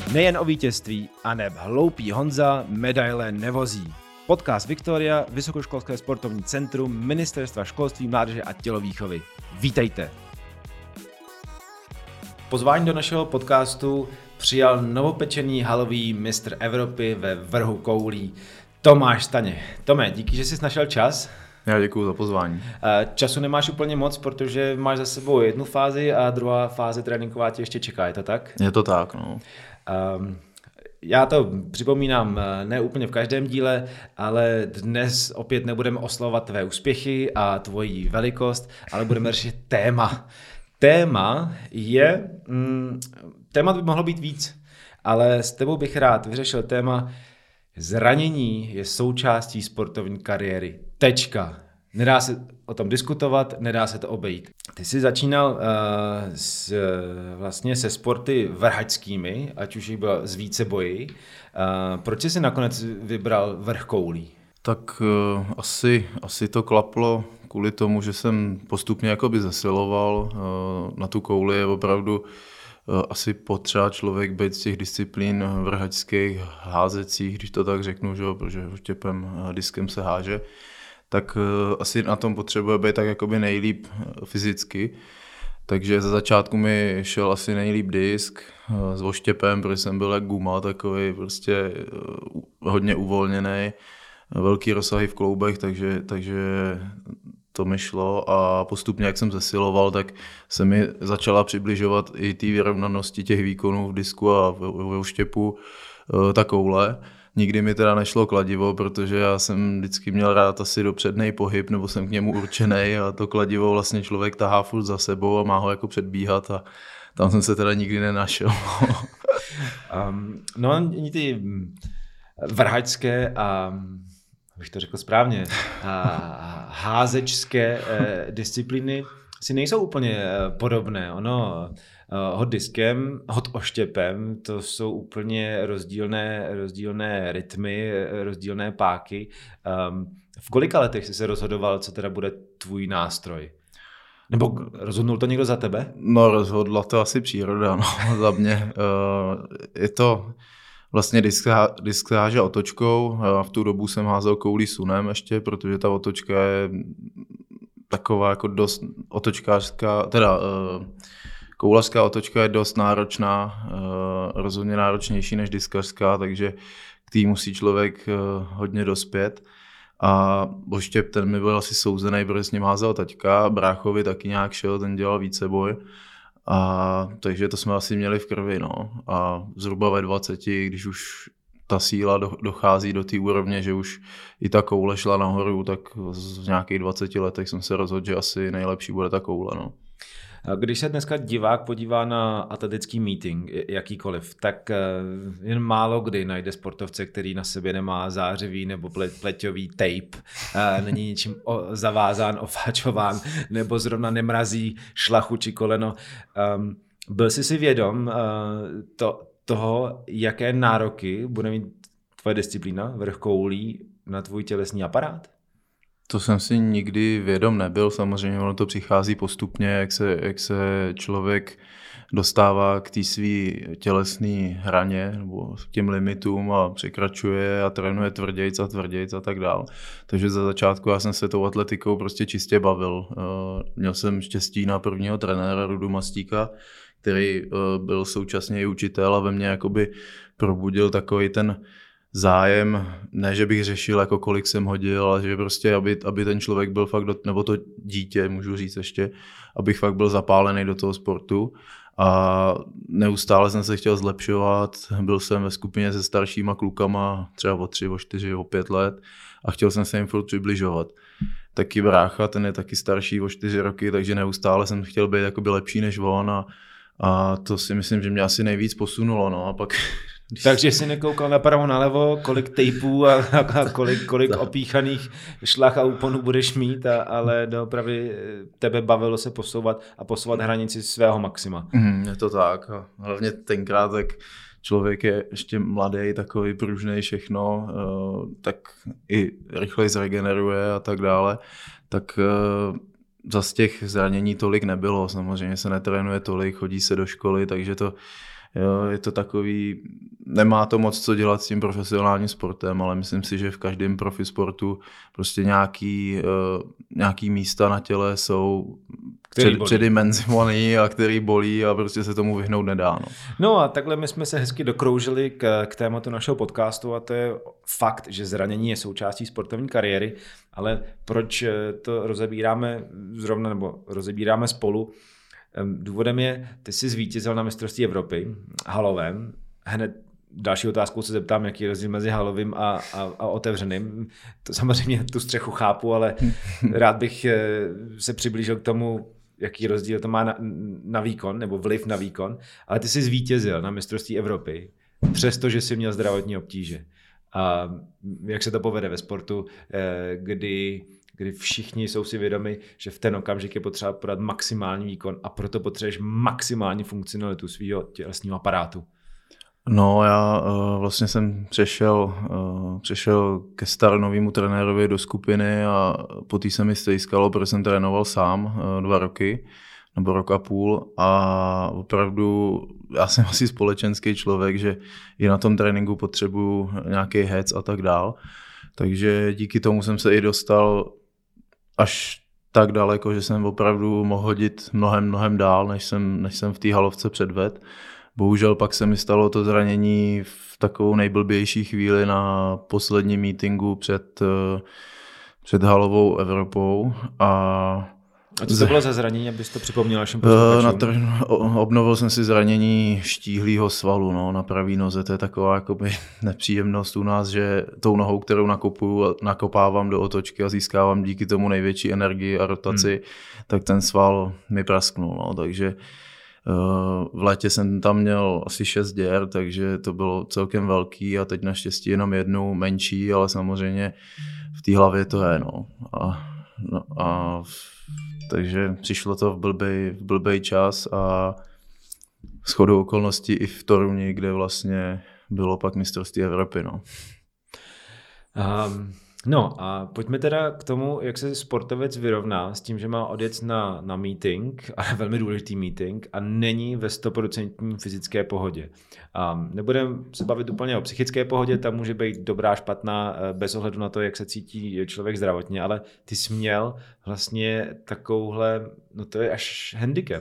Nejen o vítězství, aneb hloupý Honza medaile nevozí. Podcast Viktoria, Vysokoškolské sportovní centrum Ministerstva školství, mládeže a tělovýchovy. Vítejte. Pozvání do našeho podcastu přijal novopečený halový mistr Evropy ve vrhu koulí Tomáš Staněk. Tome, díky, že jsi našel čas. Já děkuju za pozvání. Času nemáš úplně moc, protože máš za sebou jednu fázi a druhá fáze tréninková tě ještě čeká, je to tak? Je to tak, no. Já to připomínám ne úplně v každém díle, ale dnes opět nebudeme oslavovat tvé úspěchy a tvoji velikost, ale budeme řešit téma. Téma by mohlo být víc, ale s tebou bych rád vyřešil téma zranění je součástí sportovní kariéry. Tečka. Nedá se o tom diskutovat, nedá se to obejít. Ty jsi začínal vlastně se sporty vrhačskými, ať už jich bylo z víceboji. Proč jsi nakonec vybral vrch koulí? Tak asi to klaplo kvůli tomu, že jsem postupně jakoby zesiloval. Na tu kouli je opravdu asi potřeba člověk být z těch disciplín vrhačských, házecích, když to tak řeknu, že jo, protože štěpem diskem se háže, tak asi na tom potřebuje být tak jakoby nejlíp fyzicky. Takže za začátku mi šel asi nejlíp disk s oštěpem, protože jsem byl jak guma, takový prostě hodně uvolněný, velký rozsahy v kloubech, takže to mi šlo a postupně, jak jsem zesiloval, tak se mi začala přibližovat i té vyrovnanosti těch výkonů v disku a ve oštěpu ta koule. Nikdy mi teda nešlo kladivo, protože já jsem vždycky měl rád asi dopřednej pohyb, nebo jsem k němu určený a to kladivo vlastně člověk tahá furt za sebou a má ho jako předbíhat a tam jsem se teda nikdy nenašel. No, ty vrhačské a bych to řekl správně, házečské disciplíny si nejsou úplně podobné. Hod diskem, hod oštěpem, to jsou úplně rozdílné rytmy, rozdílné páky. V kolika letech jsi se rozhodoval, co teda bude tvůj nástroj? Nebo rozhodnul to někdo za tebe? No, rozhodla to asi příroda, no, za mě. Je to vlastně disk háže otočkou. V tu dobu jsem házel koulí sunem ještě, protože ta otočka je taková jako dost otočkářská, teda koulařská otočka je dost náročná, rozhodně náročnější než diskařská, takže k té musí člověk hodně dospět. A oštěp ten mi byl asi souzený, protože s ním házel taťka, bráchovi taky nějak šel, ten dělal víceboj. Takže to jsme asi měli v krvi, no. A zhruba ve 20, když už ta síla dochází do té úrovně, že už i ta koule šla nahoru, tak v nějakých 20 letech jsem se rozhodl, že asi nejlepší bude ta koule, no. Když se dneska divák podívá na atletický meeting, jakýkoliv, tak jen málo kdy najde sportovce, který na sobě nemá zářivý nebo pleťový tape, není ničím zavázán, ofáčován, nebo zrovna nemrazí šlachu či koleno. Byl jsi si vědom toho, jaké nároky bude mít tvoje disciplína, vrch koulí, na tvůj tělesný aparát? To jsem si nikdy vědom nebyl, samozřejmě ono to přichází postupně, jak se člověk dostává k té své tělesné hraně nebo k těm limitům a překračuje a trénuje tvrdějc a tak dál. Takže za začátku já jsem se tou atletikou prostě čistě bavil. Měl jsem štěstí na prvního trenéra Rudu Mastíka, který byl současně i učitel a ve mně jakoby probudil takový ten zájem, ne, že bych řešil, jako kolik jsem hodil, ale že prostě, aby ten člověk byl fakt, nebo to dítě, můžu říct ještě, abych fakt byl zapálený do toho sportu a neustále jsem se chtěl zlepšovat, byl jsem ve skupině se staršíma klukama, třeba o 3, o 4, o 5 let a chtěl jsem se jim furt přibližovat. Taky brácha, ten je taky starší o 4 roky, takže neustále jsem chtěl být jakoby lepší než on a to si myslím, že mě asi nejvíc posunulo, no a pak... Takže jsi nekoukal napravo nalevo, kolik tejpů a kolik opíchaných šlach a úponů budeš mít, ale doopravdy tebe bavilo se posouvat hranici svého maxima. Je to tak. A hlavně tenkrát, tak člověk je ještě mladý, takový pružnej všechno, tak i rychleji zregeneruje a tak dále. Tak zas těch zranění tolik nebylo, samozřejmě se netrénuje tolik, chodí se do školy, takže to Jo, je to takový, nemá to moc co dělat s tím profesionálním sportem, ale myslím si, že v každém profisportu prostě nějaký místa na těle jsou předimenzovaný a který bolí a prostě se tomu vyhnout nedá. No a takhle my jsme se hezky dokroužili k tématu našeho podcastu a to je fakt, že zranění je součástí sportovní kariéry, ale proč to rozebíráme spolu? Důvodem je, ty jsi zvítězil na mistrovství Evropy halovém. Hned další otázkou se zeptám, jaký je rozdíl mezi halovým a otevřeným. To samozřejmě tu střechu chápu, ale rád bych se přiblížil k tomu, jaký rozdíl to má na výkon, nebo vliv na výkon. Ale ty jsi zvítězil na mistrovství Evropy, přestože jsi měl zdravotní obtíže. A jak se to povede ve sportu, kdy všichni jsou si vědomi, že v ten okamžik je potřeba podat maximální výkon a proto potřebuješ maximální funkcionalitu svého tělesního aparátu. No, já vlastně jsem přešel ke novému trenérovi do skupiny a po té se mi stejskalo, protože jsem trénoval sám 2 roky nebo rok a půl a opravdu já jsem asi společenský člověk, že i na tom tréninku potřebuju nějaký hec a tak dál. Takže díky tomu jsem se i dostal až tak daleko, že jsem opravdu mohl hodit mnohem dál, než jsem v té halovce předvedl. Bohužel pak se mi stalo to zranění v takovou nejblbější chvíli na posledním meetingu před halovou Evropou. A co to bylo za zranění, abys to připomněl našim posluchačům? Obnovil jsem si zranění štíhlého svalu na pravý noze. To je taková jakoby nepříjemnost u nás, že tou nohou, kterou nakopávám do otočky a získávám díky tomu největší energii a rotaci, tak ten sval mi prasknul. No. Takže v létě jsem tam měl asi 6 děr, takže to bylo celkem velký a teď naštěstí jenom jednu menší, ale samozřejmě v té hlavě to je. Takže přišlo to v blbej čas a shodou okolností i v Toruni, kde vlastně bylo pak mistrovství Evropy. No a pojďme teda k tomu, jak se sportovec vyrovná s tím, že má odjet na meeting, ale velmi důležitý meeting a není ve 100% fyzické pohodě. Nebudeme se bavit úplně o psychické pohodě, tam může být dobrá, špatná, bez ohledu na to, jak se cítí člověk zdravotně, ale ty jsi měl vlastně takovouhle, no to je až handicap.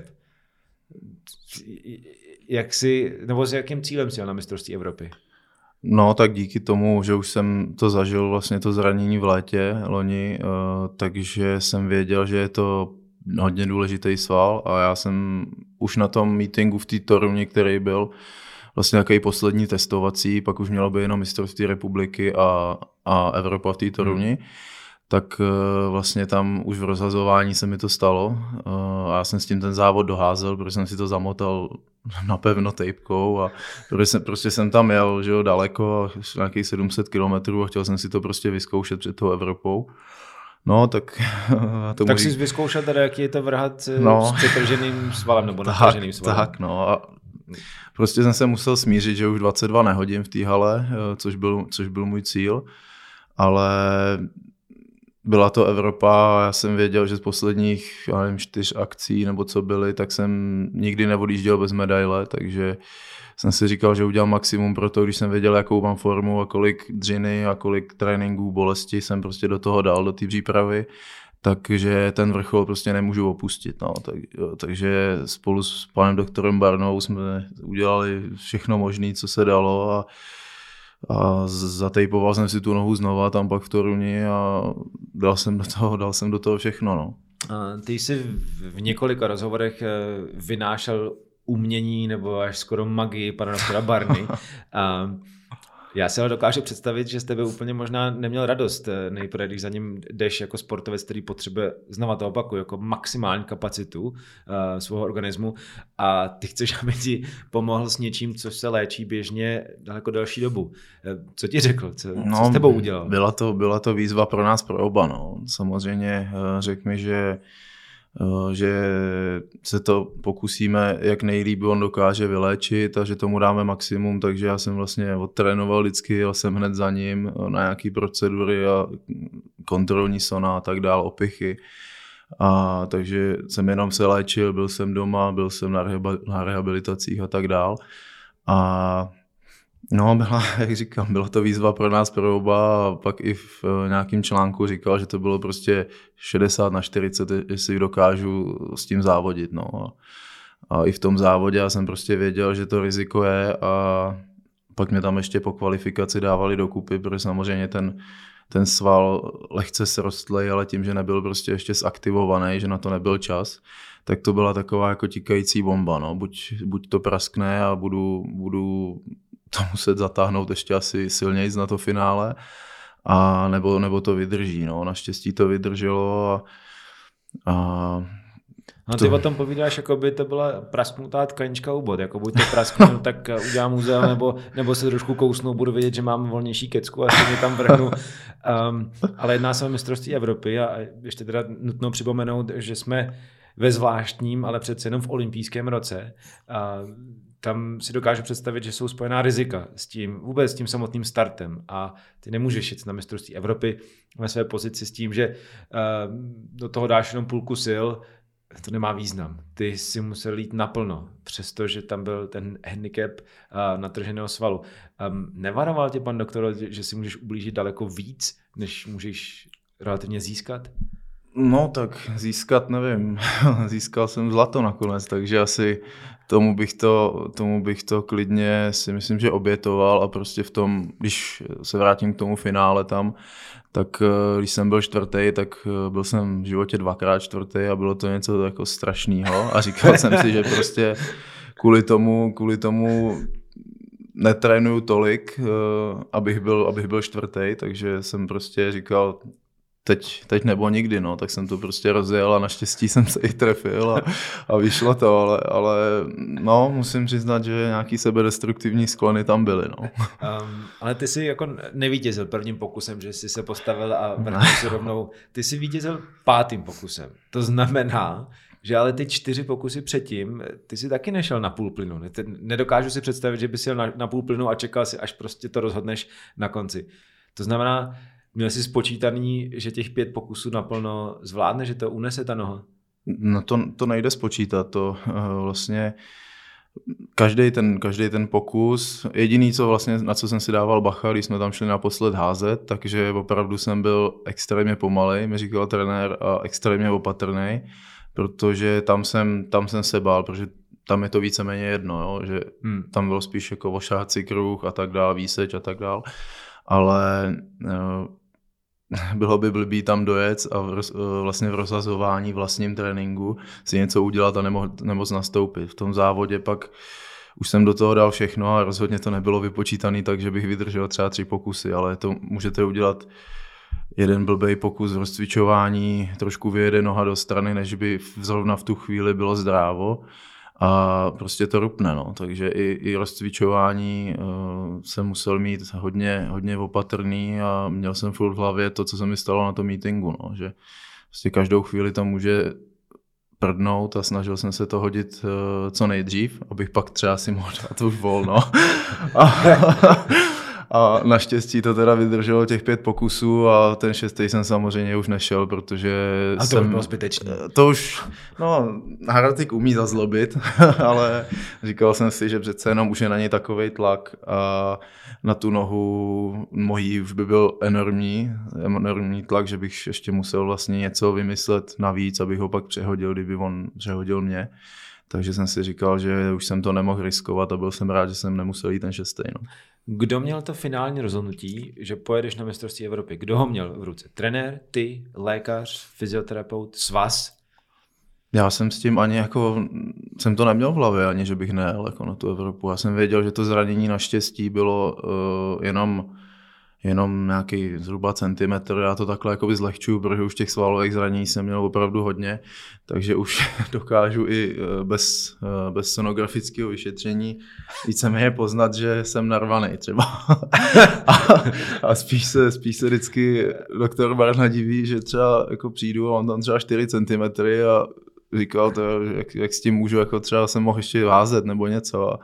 S jakým cílem jsi jel na mistrovství Evropy? No, tak díky tomu, že už jsem to zažil, vlastně to zranění v létě loni, takže jsem věděl, že je to hodně důležitý sval a já jsem už na tom meetingu v té Toruni, který byl vlastně takový poslední testovací, pak už mělo být jenom mistrovství republiky a Evropa v té Toruni, tak vlastně tam už v rozhazování se mi to stalo a já jsem s tím ten závod doházel, protože jsem si to zamotal napevno tejpkou a prostě jsem tam jel, že jo, daleko, nějakých 700 kilometrů a chtěl jsem si to prostě vyzkoušet před tou Evropou. No, tak... Tak jsi vyzkoušel teda, jaký je to vrhat s přetrženým svalem nebo natrženým svalem. Tak, no a prostě jsem se musel smířit, že už 22 nehodím v té hale, což byl můj cíl, ale byla to Evropa a já jsem věděl, že z posledních 4 akcí nebo co byly, tak jsem nikdy neodjížděl bez medaile, takže jsem si říkal, že udělám maximum pro to, když jsem věděl, jakou mám formu a kolik dřiny a kolik tréninků, bolesti jsem prostě do toho dal, do té přípravy, takže ten vrchol prostě nemůžu opustit. No. Takže spolu s panem doktorem Barnou jsme udělali všechno možné, co se dalo a zatejpoval jsem si tu nohu znova tam pak v Toruni a dal jsem do toho všechno. No. Ty jsi v několika rozhovorech vynášel umění nebo až skoro magii pana doktora Barny. Já si ale dokážu představit, že z tebe úplně možná neměl radost nejprve, když za ním jdeš jako sportovec, který potřebuje, znova to opakuju, jako maximální kapacitu svého organismu a ty chceš, aby ti pomohl s něčím, což se léčí běžně daleko delší dobu. Co ti řekl? Co s tebou udělal? Byla to výzva pro nás, pro oba. No. Samozřejmě řekl mi, že se to pokusíme, jak nejlíp on dokáže vyléčit a že tomu dáme maximum, takže já jsem vlastně odtrénoval vždycky, jel jsem hned za ním na nějaký procedury a kontrolní sona a tak dál, opichy. A takže jsem jenom se léčil, byl jsem doma, byl jsem na rehabilitacích a tak dál. A no, jak říkám, byla to výzva pro nás, pro oba, a pak i v nějakém článku říkal, že to bylo prostě 60/40, jestli dokážu s tím závodit, no. A i v tom závodě já jsem prostě věděl, že to riziko je, a pak mě tam ještě po kvalifikaci dávali dokupy, protože samozřejmě ten sval lehce srostlej, ale tím, že nebyl prostě ještě zaktivovaný, že na to nebyl čas, tak to byla taková jako tikající bomba, no. Buď to praskne a budu to muset zatáhnout ještě asi silněji na to finále, a nebo to vydrží, no. Naštěstí to vydrželo No ty o tom povídáš, jako by to byla prasknutá tkanička u bod, jako buď to prasknu, tak udělám muzeum, nebo se trošku kousnu, budu vědět, že mám volnější kecku a se mě tam vrhnu. Ale jedná se o mistrovství Evropy a ještě teda nutno připomenout, že jsme ve zvláštním, ale přece jenom v olympijském roce. Tam si dokážu představit, že jsou spojená rizika vůbec s tím samotným startem, a ty nemůžeš jít na mistrovství Evropy ve své pozici s tím, že do toho dáš jenom půlku sil. To nemá význam. Ty si musel jít naplno, přestože tam byl ten handicap natrženého svalu. Nevaroval tě pan doktor, že si můžeš ublížit daleko víc, než můžeš relativně získat? No tak získat nevím. Získal jsem zlato nakonec, takže asi tomu bych to klidně si myslím, že obětoval, a prostě v tom, když se vrátím k tomu finále tam, tak když jsem byl čtvrtý, tak byl jsem v životě 2krát čtvrtý a bylo to něco jako strašného, a říkal jsem si, že prostě kvůli tomu netrénuju tolik, abych byl čtvrtý, takže jsem prostě říkal, teď nebo nikdy, no, tak jsem to prostě rozjel a naštěstí jsem se i trefil a vyšlo to, ale no, musím přiznat, že nějaký sebedestruktivní sklony tam byly, no. Ale ty jsi jako nevítězil prvním pokusem, že jsi se postavil a vrhnul si rovnou, ty jsi vítězil 5. pokusem, to znamená, že ale ty 4 pokusy předtím, ty jsi taky nešel na půl plynu, nedokážu si představit, že bys jel na půl plynu a čekal si, až prostě to rozhodneš na konci. To znamená, měl jsi spočítaný, že těch 5 pokusů naplno zvládne, že to unese ta noha? No to nejde spočítat, to vlastně každý ten pokus, jediný, co vlastně, na co jsem si dával bacha, když jsme tam šli naposled házet, takže opravdu jsem byl extrémně pomalej, mi říkal trenér, a extrémně opatrnej, protože tam jsem se bál, protože tam je to víceméně jedno, jo, že tam bylo spíš jako ošahací kruh a tak dál, výseč a tak dál, ale bylo by blbý tam dojet a vlastně v rozhazování vlastním tréninku si něco udělat a nemoc nastoupit. V tom závodě pak už jsem do toho dal všechno a rozhodně to nebylo vypočítaný tak, že bych vydržel třeba 3 pokusy, ale to můžete udělat jeden blbej pokus v rozcvičování, trošku vyjede noha do strany, než by zrovna v tu chvíli bylo zdrávo. A prostě to rupne, no. Takže i rozcvičování jsem musel mít hodně opatrný a měl jsem furt v hlavě to, co se mi stalo na tom meetingu, no. Že prostě každou chvíli to může prdnout a snažil jsem se to hodit co nejdřív, abych pak třeba si mohl dát už volno. A naštěstí to teda vydrželo těch 5 pokusů a ten 6. jsem samozřejmě už nešel, protože a to už bylo zbytečné. To už, no, Haratik umí zazlobit, ale říkal jsem si, že přece jenom už je na něj takovej tlak a na tu nohu mojí už by byl enormní tlak, že bych ještě musel vlastně něco vymyslet navíc, abych ho pak přehodil, kdyby on přehodil mě. Takže jsem si říkal, že už jsem to nemohl riskovat a byl jsem rád, že jsem nemusel jít ten 6. No. Kdo měl to finální rozhodnutí, že pojedeš na mistrovství Evropy? Kdo ho měl v ruce? Trenér, ty, lékař, fyzioterapeut, svaz? Já jsem s tím jsem to neměl v hlavě, ani že bych nejel jako na tu Evropu. Já jsem věděl, že to zranění naštěstí bylo jenom nějaký zhruba centimetr. Já to takhle jakoby zlehčuju, protože už těch svalových zranění jsem měl opravdu hodně, takže už dokážu i bez sonografického vyšetření víceméně poznat, že jsem narvaný třeba. a spíš se vždycky doktor Barna diví, že třeba jako přijdu a on tam třeba 4 centimetry a říkal to, jak s tím můžu, jako třeba jsem mohl ještě házet nebo něco.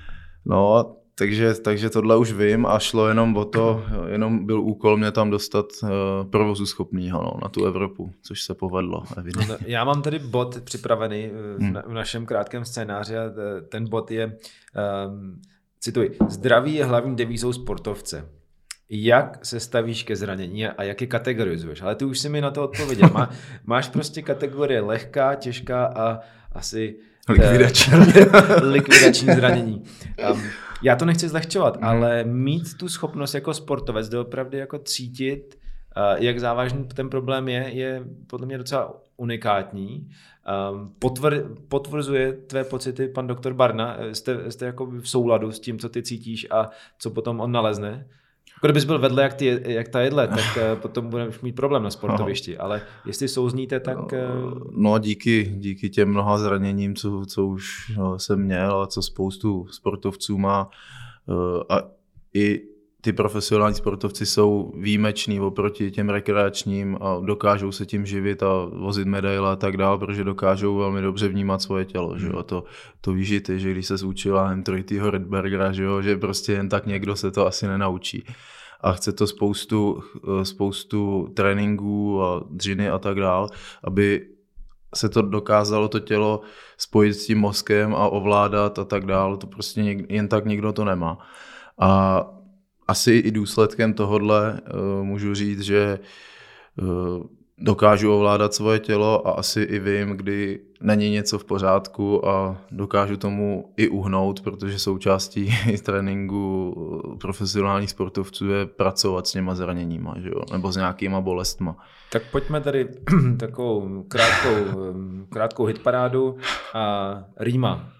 Takže tohle už vím a šlo jenom o to, jenom byl úkol mě tam dostat provozu schopnýho na tu Evropu, což se povedlo. Evidentně. Já mám tady bod připravený v našem krátkém scénáři a ten bod je cituji, zdraví je hlavní devízou sportovce. Jak se stavíš ke zranění a jak je kategorizuješ? Ale ty už si mi na to odpověděl. Máš prostě kategorie lehká, těžká a asi likvidační zranění. Já to nechci zlehčovat, ale mít tu schopnost jako sportovec doopravdy jako cítit, jak závažný ten problém je podle mě docela unikátní. Potvrzuje tvé pocity pan doktor Barna? Jste jako v souladu s tím, co ty cítíš a co potom on nalezne? Kdybys byl vedle jak ta jedle, tak potom budeš mít problém na sportovišti, ale jestli souzníte, tak... No díky těm mnoha zraněním, co už jsem měl a co spoustu sportovců má a i ty profesionální sportovci jsou výjimeční oproti těm rekreačním a dokážou se tím živit a vozit medaile a tak dále, protože dokážou velmi dobře vnímat svoje tělo. Že? A to víš i ty, že když se učila Trojtýho Rydbergera, že prostě jen tak někdo se to asi nenaučí. A chce to spoustu tréninků a dřiny a tak dále, aby se to dokázalo to tělo spojit s tím mozkem a ovládat a tak dále. To prostě jen tak nikdo to nemá. A asi i důsledkem tohodle můžu říct, že dokážu ovládat svoje tělo a asi i vím, kdy není něco v pořádku a dokážu tomu i uhnout, protože součástí tréninku profesionálních sportovců je pracovat s těma zraněníma, že jo? Nebo s nějakýma bolestma. Tak pojďme tady takovou krátkou hitparádu a rýma.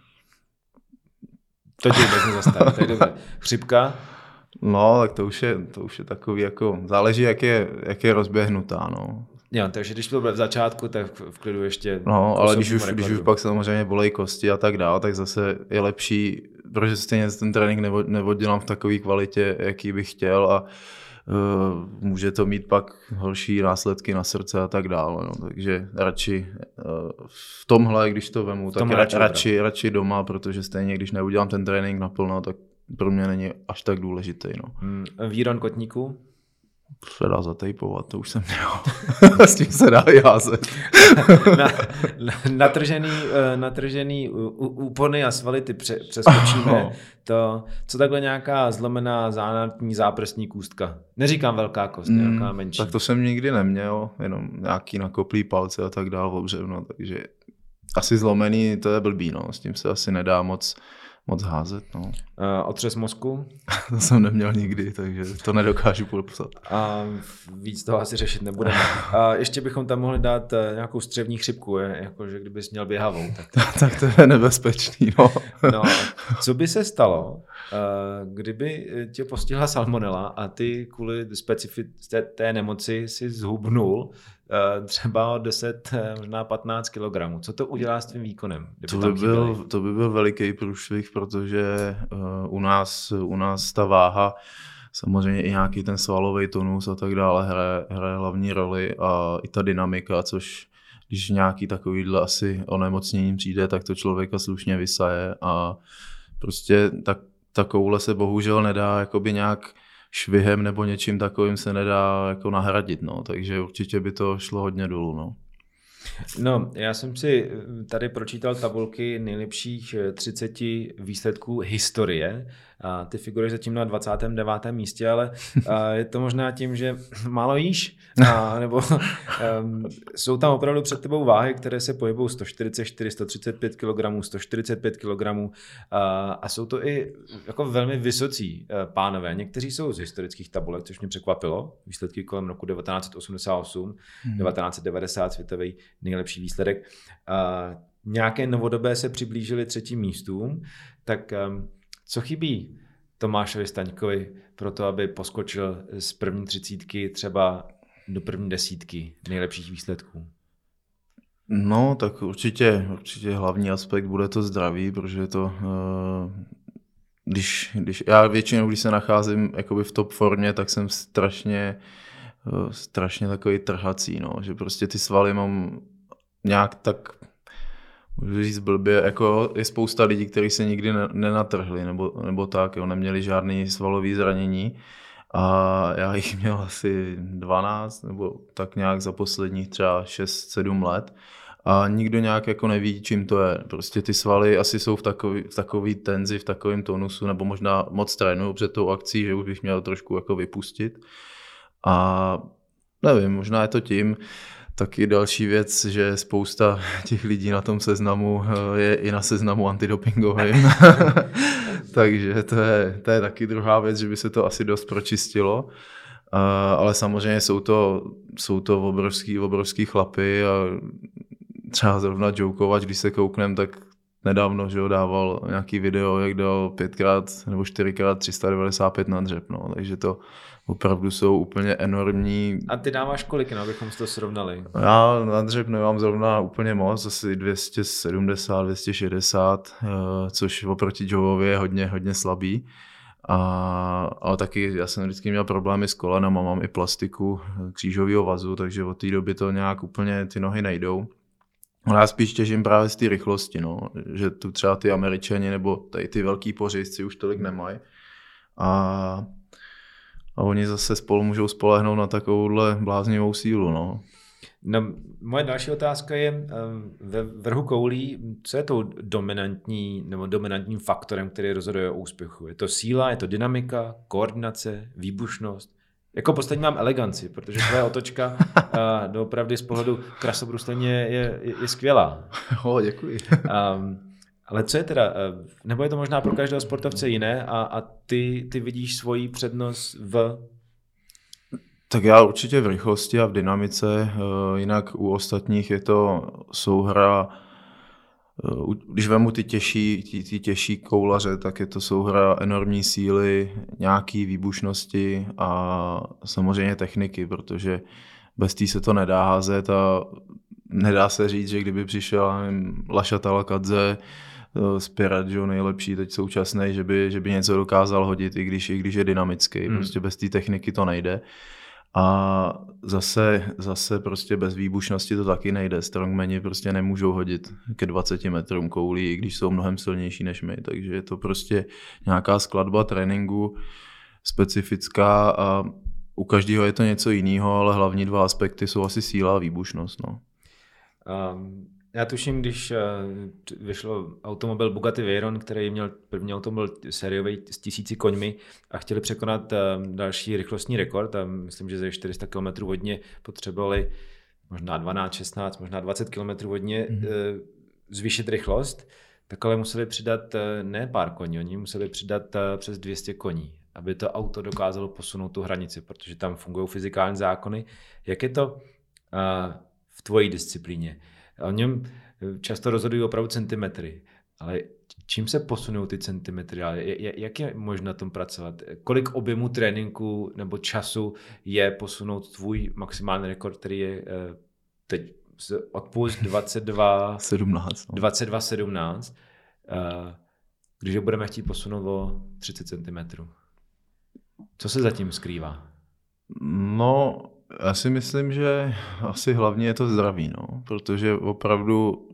To tě vůbec nezastaví, tak dobře. Chřipka. No, tak to už je takový jako, záleží, jak je rozběhnutá, no. Jo, takže když to bude v začátku, tak v klidu ještě... No, ale když už pak samozřejmě bolej kosti a tak dále, tak zase je lepší, protože stejně ten trénink neoddělám v takové kvalitě, jaký bych chtěl a může to mít pak horší následky na srdce a tak dále, no. Takže radši v tomhle, když to vemu, tak radši doma, protože stejně, když neudělám ten trénink naplno, tak pro mě není až tak důležitý. No. Výron kotníku? Se dá zatejpovat, to už jsem měl. S tím se dá i házet. Natržený úpony a svaly ty přeskočíme. To, co takhle nějaká zlomená zánatní záprstní kůstka? Neříkám velká kost, nějaká menší. Tak to jsem nikdy neměl, jenom nějaký nakoplý palce a tak dál v obřevno, takže asi zlomený, to je blbý, no. S tím se asi nedá moc házet. No. Otřes mozku? To jsem neměl nikdy, takže to nedokážu popsat. A víc toho asi řešit nebudeme. A ještě bychom tam mohli dát nějakou střevní chřipku, jakože kdybys měl běhavou. Tak to je nebezpečný. No. No, co by se stalo, kdyby tě postihla salmonela a ty kvůli specifické té nemoci si zhubnul třeba o 10, možná 15 kg. Co to udělá s tvým výkonem? To by byl veliký průšvih, protože u nás ta váha, samozřejmě i nějaký ten svalový tonus a tak dále hraje hlavní roli a i ta dynamika, což když nějaký takovýhle asi onemocněním přijde, tak to člověka slušně vysaje a prostě ta koule se bohužel nedá jakoby nějak švihem nebo něčím takovým se nedá jako nahradit, no, takže určitě by to šlo hodně dolů, no. No, já jsem si tady pročítal tabulky nejlepších 30 výsledků historie a ty figury zatím na 29. místě, ale je to možná tím, že málo jíš, nebo jsou tam opravdu před tebou váhy, které se pohybují 144, 135 kg, 145 kg a jsou to i jako velmi vysocí pánové. Někteří jsou z historických tabulek, což mě překvapilo. Výsledky kolem roku 1988, 1990 světový nejlepší výsledek. Nějaké novodobé se přiblížily 3. místům, tak co chybí Tomášovi Staňkovi pro to, aby poskočil z první 30 třeba do první 10 nejlepších výsledků? No, tak určitě hlavní aspekt bude to zdraví, protože to, když já většinou, když se nacházím jakoby v top formě, tak jsem strašně takový trhací, no, že prostě ty svaly mám nějak tak, můžu říct blbě, jako je spousta lidí, kteří se nikdy nenatrhli, nebo tak, jo, neměli žádný svalový zranění a já jich měl asi 12, nebo tak nějak za posledních třeba 6-7 let a nikdo nějak jako neví, čím to je. Prostě ty svaly asi jsou v takový tenzi, v takovém tonusu, nebo možná moc trénuju před tou akcí, že už bych měl trošku jako vypustit. A nevím, možná je to tím. Taky další věc, že spousta těch lidí na tom seznamu je i na seznamu antidopingovým. Takže to je taky druhá věc, že by se to asi dost pročistilo. Ale samozřejmě jsou to obrovský chlapy a třeba zrovna Djokovic, když se kouknem, tak nedávno, že ho dával nějaký video, jak dal 5x nebo 4x 395 na dřep, no, takže to opravdu jsou úplně enormní. A ty dáváš kolik, no, abychom si to srovnali? Já na dřep nemám zrovna úplně moc, asi 270, 260, což oproti Joeovi je hodně slabý. Ale taky já jsem vždycky měl problémy s kolenama, mám i plastiku křížového vazu, takže od té doby to nějak úplně ty nohy nejdou. Ale já spíš těžím právě z té rychlosti, no, že tu třeba ty Američani nebo tady ty velký pořizci už tolik nemají. A oni zase spolu můžou spolehnout na takovouhle bláznivou sílu, no. No, moje další otázka je, ve vrhu koulí, co je tou dominantním faktorem, který rozhoduje o úspěchu? Je to síla, je to dynamika, koordinace, výbušnost? Jako poslední mám eleganci, protože tvoje otočka doopravdy z pohledu krasobruslení je skvělá. Děkuji. Ale co je teda, nebo je to možná pro každého sportovce jiné a ty vidíš svoji přednost v... Tak já určitě v rychlosti a v dynamice, jinak u ostatních je to souhra, když vemu ty těžší koulaře, tak je to souhra enormní síly, nějaký výbušnosti a samozřejmě techniky, protože bez té se to nedá házet a nedá se říct, že kdyby přišel Lasha Talakadze z Pirat, nejlepší teď současný, že by něco dokázal hodit, i když je dynamický. Prostě bez té techniky to nejde. A zase prostě bez výbušnosti to taky nejde. Strongmani prostě nemůžou hodit ke 20 metrům koulí, i když jsou mnohem silnější než my. Takže je to prostě nějaká skladba tréninku specifická a u každého je to něco jiného, ale hlavní dva aspekty jsou asi síla a výbušnost. No. Já tuším, když vyšlo automobil Bugatti Veyron, který měl první automobil sériový s 1000 koňmi a chtěli překonat další rychlostní rekord a myslím, že ze 400 km hodně potřebovali možná 12, 16, možná 20 km hodně zvýšit rychlost, tak ale museli přidat ne pár koní, oni museli přidat přes 200 koní, aby to auto dokázalo posunout tu hranici, protože tam fungují fyzikální zákony. Jak je to v tvojí disciplíně? O něm často rozhodují opravdu centimetry, ale čím se posunou ty centimetry? Jak je možné na tom pracovat? Kolik objemu tréninku nebo času je posunout tvůj maximální rekord, který je teď odpust 22:17, když ho budeme chtít posunout o 30 cm? Co se zatím skrývá? No, já si myslím, že asi hlavně je to zdraví, no, protože opravdu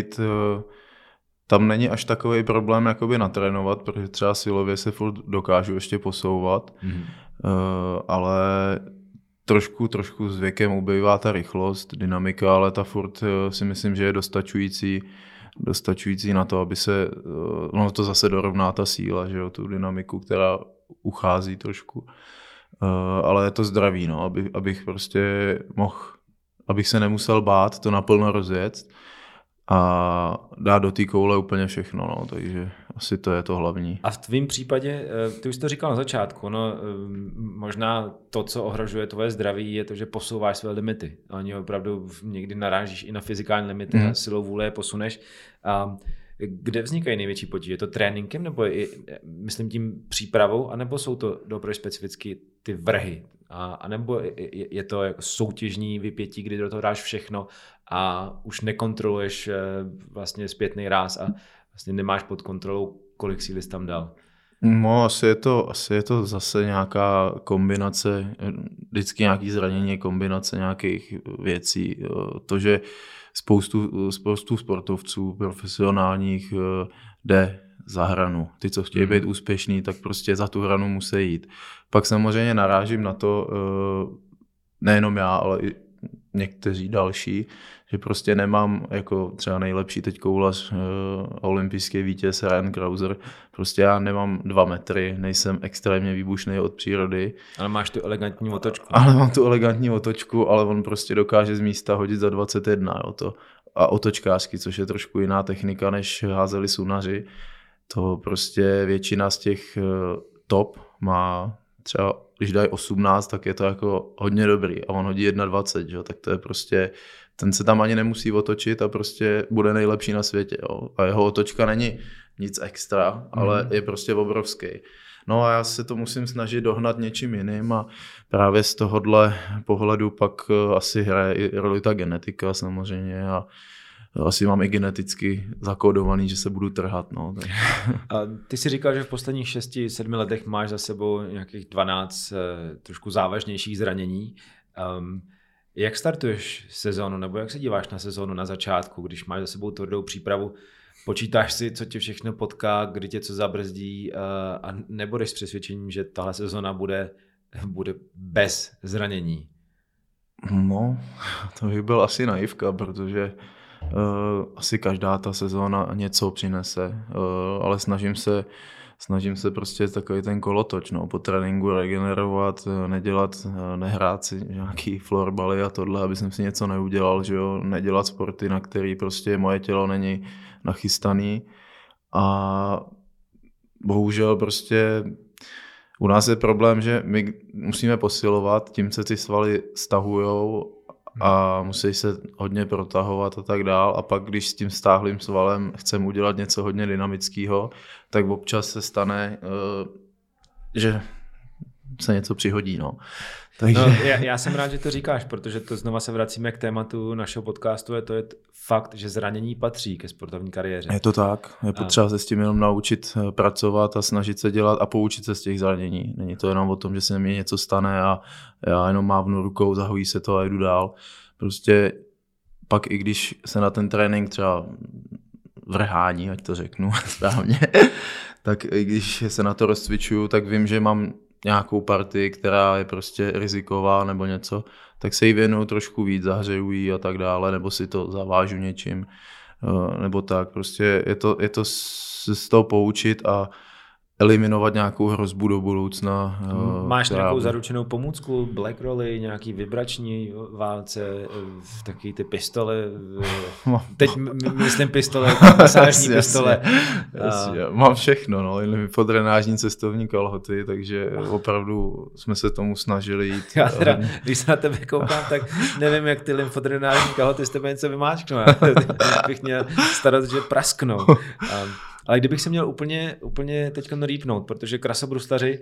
tam není až takový problém jakoby natrénovat, protože třeba silově se furt dokážu ještě posouvat, ale trošku s věkem ubývá ta rychlost, dynamika, ale ta furt si myslím, že je dostačující na to, aby se, no to zase dorovná ta síla, že jo, tu dynamiku, která uchází trošku. Ale je to zdraví, no, abych prostě abych se nemusel bát to naplno rozjet a dát do té koule úplně všechno, no, takže asi to je to hlavní. A v tvém případě, ty už to říkal na začátku, no, možná to, co ohrožuje tvoje zdraví, je to, že posouváš své limity. Oni opravdu někdy narážíš i na fyzikální limity a silou vůle je posuneš. A kde vznikají největší potíže? Je to tréninkem, nebo myslím tím přípravou, anebo jsou to dopravy specificky ty vrhy? A nebo je to jako soutěžní vypětí, kdy do toho dáš všechno a už nekontroluješ vlastně zpětný ráz a vlastně nemáš pod kontrolou, kolik síly jsi tam dal? No, asi je to zase nějaká kombinace, vždycky nějaký zranění, kombinace nějakých věcí. To, že spoustu sportovců profesionálních jde za hranu. Ty, co chtějí být úspěšní, tak prostě za tu hranu musí jít. Pak samozřejmě narážím na to, nejenom já, ale i někteří další, že prostě nemám jako třeba nejlepší teď koulař, olympijský vítěz Ryan Krauser, prostě já nemám 2 metry, nejsem extrémně výbušný od přírody. Ale máš tu elegantní otočku. Ale mám tu elegantní otočku, ale on prostě dokáže z místa hodit za 21, jo, to. A otočkářky, což je trošku jiná technika, než házeli sunaři. To prostě většina z těch top má třeba, když dají 18, tak je to jako hodně dobrý a on hodí 21, jo? Tak to je prostě, ten se tam ani nemusí otočit a prostě bude nejlepší na světě. Jo? A jeho otočka není nic extra, ale je prostě obrovský. No a já se to musím snažit dohnat něčím jiným a právě z tohohle pohledu pak asi hraje i roli ta genetika samozřejmě a asi mám i geneticky zakódovaný, že se budu trhat. No. A ty si říkal, že v posledních 6-7 letech máš za sebou nějakých 12 trošku závažnějších zranění. Jak startuješ sezónu, nebo jak se díváš na sezónu na začátku, když máš za sebou tvrdou přípravu? Počítáš si, co tě všechno potká, kdy tě co zabrzdí a nebudeš s přesvědčením, že tahle sezóna bude bez zranění? No, to bych byl asi naivka, protože asi každá ta sezóna něco přinese, ale snažím se prostě takový ten kolotoč, no, po tréninku regenerovat, nehrát si nějaký florbaly a tohle, aby jsem si něco neudělal, že jo, nedělat sporty, na který prostě moje tělo není nachystaný a bohužel prostě u nás je problém, že my musíme posilovat, tím se ty svaly stahujou a musí se hodně protahovat a tak dál a pak, když s tím stáhlým svalem chceme udělat něco hodně dynamického, tak občas se stane, že se něco přihodí. No. Takže... No, já jsem rád, že to říkáš, protože to znova se vracíme k tématu našeho podcastu, to je fakt, že zranění patří ke sportovní kariéře. Je to tak, je potřeba se s tím jenom naučit pracovat a snažit se dělat a poučit se z těch zranění. Není to jenom o tom, že se mi něco stane a já jenom mávnu rukou, zahojí se to a jdu dál. Prostě pak i když se na ten trénink třeba vrhání, ať to řeknu správně, tak i když se na to rozcvičuju, tak vím, že mám nějakou partii, která je prostě riziková nebo něco, tak se jí věnuju trošku víc, zahřeju jí a tak dále, nebo si to zavážu něčím, nebo tak. Prostě je to z toho poučit a eliminovat nějakou hrozbu do budoucna. Máš nějakou zaručenou pomůcku, black rolly, nějaký vibrační válce, taky ty pistole, teď myslím pistole, masážní pistole. Jasně. Mám všechno, no, jen podrenážní cestovní kalhoty, takže opravdu jsme se tomu snažili jít. Já teda, když se na tebe koukám, tak nevím, jak ty lymfodrenážní kalhoty z tebe něco vymáčknou. Bych měl starost, že prasknou. Ale kdybych se měl úplně teď rýpnout, protože krasobruslaři,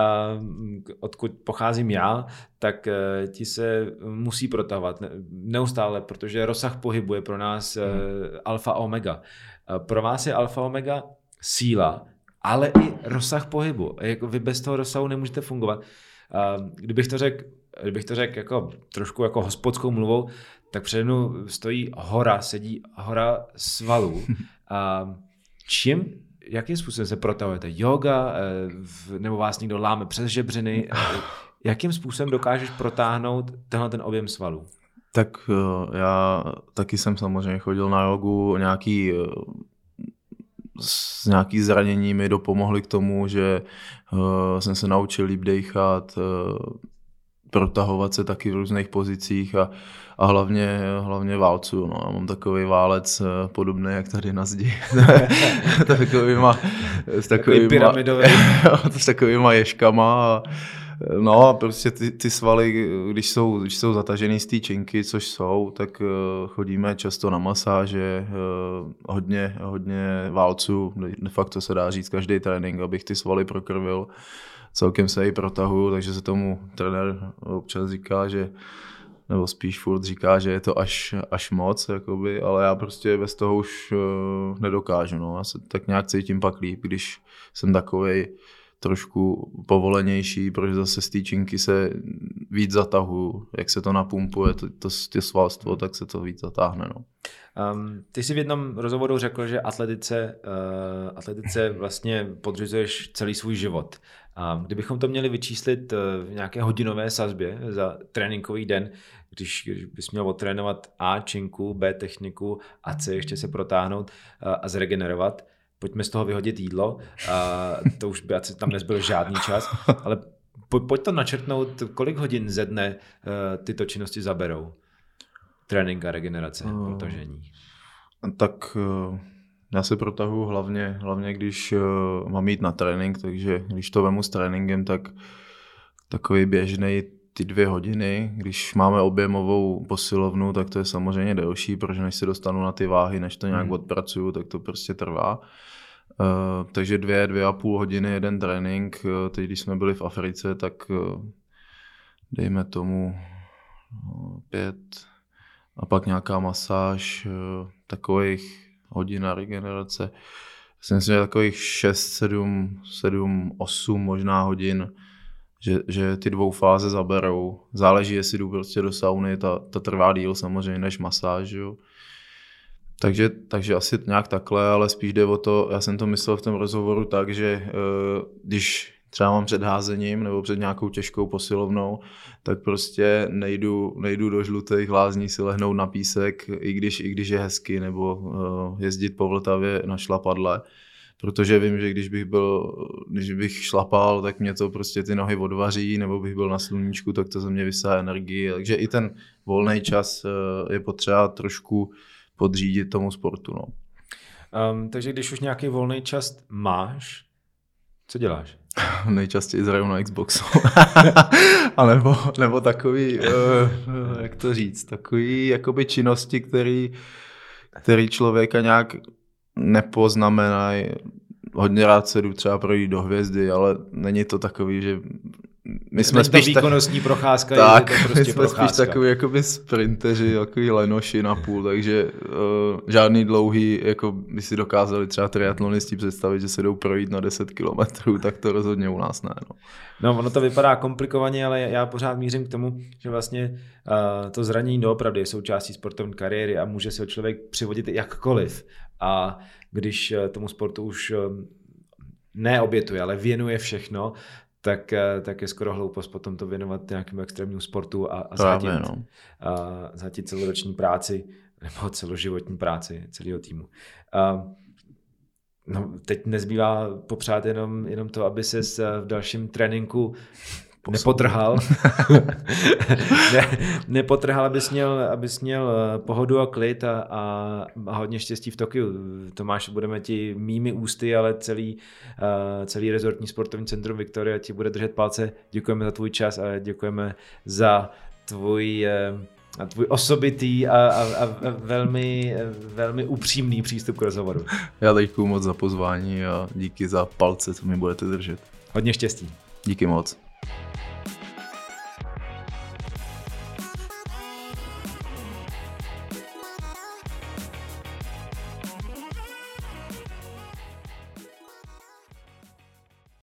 odkud pocházím já, tak ti se musí protahovat neustále, protože rozsah pohybu je pro nás alfa omega. Pro vás je alfa omega síla, ale i rozsah pohybu. Jako vy bez toho rozsahu nemůžete fungovat. Kdybych to řekl jako trošku jako hospodskou mluvou, tak přede mnou sedí hora svalů. Jakým způsobem se protahujete? Yoga, nebo vás někdo láme přes žebřiny? Jakým způsobem dokážeš protáhnout tenhle ten objem svalů? Tak já taky jsem samozřejmě chodil na jogu, nějaký zranění mi dopomohly k tomu, že jsem se naučil líp dejchat, protahovat se taky v různých pozicích a hlavně válcu. No. Já mám takový válec podobný, jak tady na zdi. s takovýma ješkama. No a prostě ty svaly, když jsou zatažený z té činky, což jsou, tak chodíme často na masáže, hodně válců, de facto se dá říct každý trénink, abych ty svaly prokrvil. Celkem se i protahuju, takže se tomu trenér občas říká, nebo spíš furt říká, že je to až moc, jakoby, ale já prostě bez toho už nedokážu. No. Já se tak nějak cítím pak líp, když jsem trošku povolenější, protože zase z té činky se víc zatahuju. Jak se to napumpuje, to svalstvo, tak se to víc zatáhne. No. Ty jsi v jednom rozhovoru řekl, že atletice vlastně podřizuješ celý svůj život. Kdybychom to měli vyčíslit v nějaké hodinové sazbě za tréninkový den, když bys měl otrénovat A činku, B techniku a C ještě se protáhnout a zregenerovat, pojďme z toho vyhodit jídlo, to už by asi tam nezbyl žádný čas, ale pojď to načrtnout, kolik hodin ze dne tyto činnosti zaberou. Trénink a regenerace, protažení. Tak já se protahuji hlavně když mám jít na trénink, takže když to vemu s tréninkem, tak takový běžnej ty 2 hodiny. Když máme objemovou posilovnu, tak to je samozřejmě delší, protože než se dostanu na ty váhy, než to nějak odpracuju, tak to prostě trvá. Takže 2,5 hodiny jeden trénink. Teď, když jsme byli v Africe, tak dejme tomu 5 a pak nějaká masáž, takových hodina regenerace. Já myslím, že takových 6, 7, 8 možná hodin, že ty 2 fáze zaberou. Záleží, jestli jdu prostě do sauny, ta trvá díl samozřejmě než masáž. Jo. Takže asi nějak takhle, ale spíš jde o to, já jsem to myslel v tom rozhovoru tak, že když třeba mám před házením nebo před nějakou těžkou posilovnou, tak prostě nejdu do žlutých lázní si lehnout na písek, i když je hezky, nebo jezdit po Vltavě na šlapadle. Protože vím, že když bych šlapal, tak mě to prostě ty nohy odvaří, nebo bych byl na sluníčku, tak to ze mě vysáhne energii. Takže i ten volný čas je potřeba trošku podřídit tomu sportu. No. Takže když už nějaký volný čas máš, co děláš? Nejčastěji zhraju na Xboxu. A nebo takový, jak to říct, takový jakoby činnosti, který člověka nějak nepoznamenají. Hodně rád se jdu třeba projít do hvězdy, ale není to takový, že my jsme spíš výkonnostní procházka, tak, je to prostě my jsme procházka. Spíš takový jakoby sprinteři, takový lenoši na půl, takže žádný dlouhý, jako by si dokázali třeba triatlonisti představit, že se jdou projít na 10 kilometrů, tak to rozhodně u nás ne. No, ono to vypadá komplikovaně, ale já pořád mířím k tomu, že vlastně to zranění doopravdy je součástí sportovní kariéry a může se člověk přivodit jakkoliv. A když tomu sportu už neobětuje, ale věnuje všechno, tak je skoro hloupost potom to věnovat nějakému extrémnímu sportu a zhatit celoroční práci nebo celoživotní práci celého týmu. No, teď nezbývá popřát jenom to, aby ses v dalším tréninku nepotrhal. Nepotrhal, abys měl pohodu a klid a hodně štěstí v Tokiu. Tomáš, budeme ti mými ústy, ale celý rezortní sportovní centrum Viktoria ti bude držet palce. Děkujeme za tvůj čas a děkujeme za tvůj osobitý a velmi, velmi upřímný přístup k rozhovoru. Já děkuju moc za pozvání a díky za palce, co mi budete držet. Hodně štěstí. Díky moc.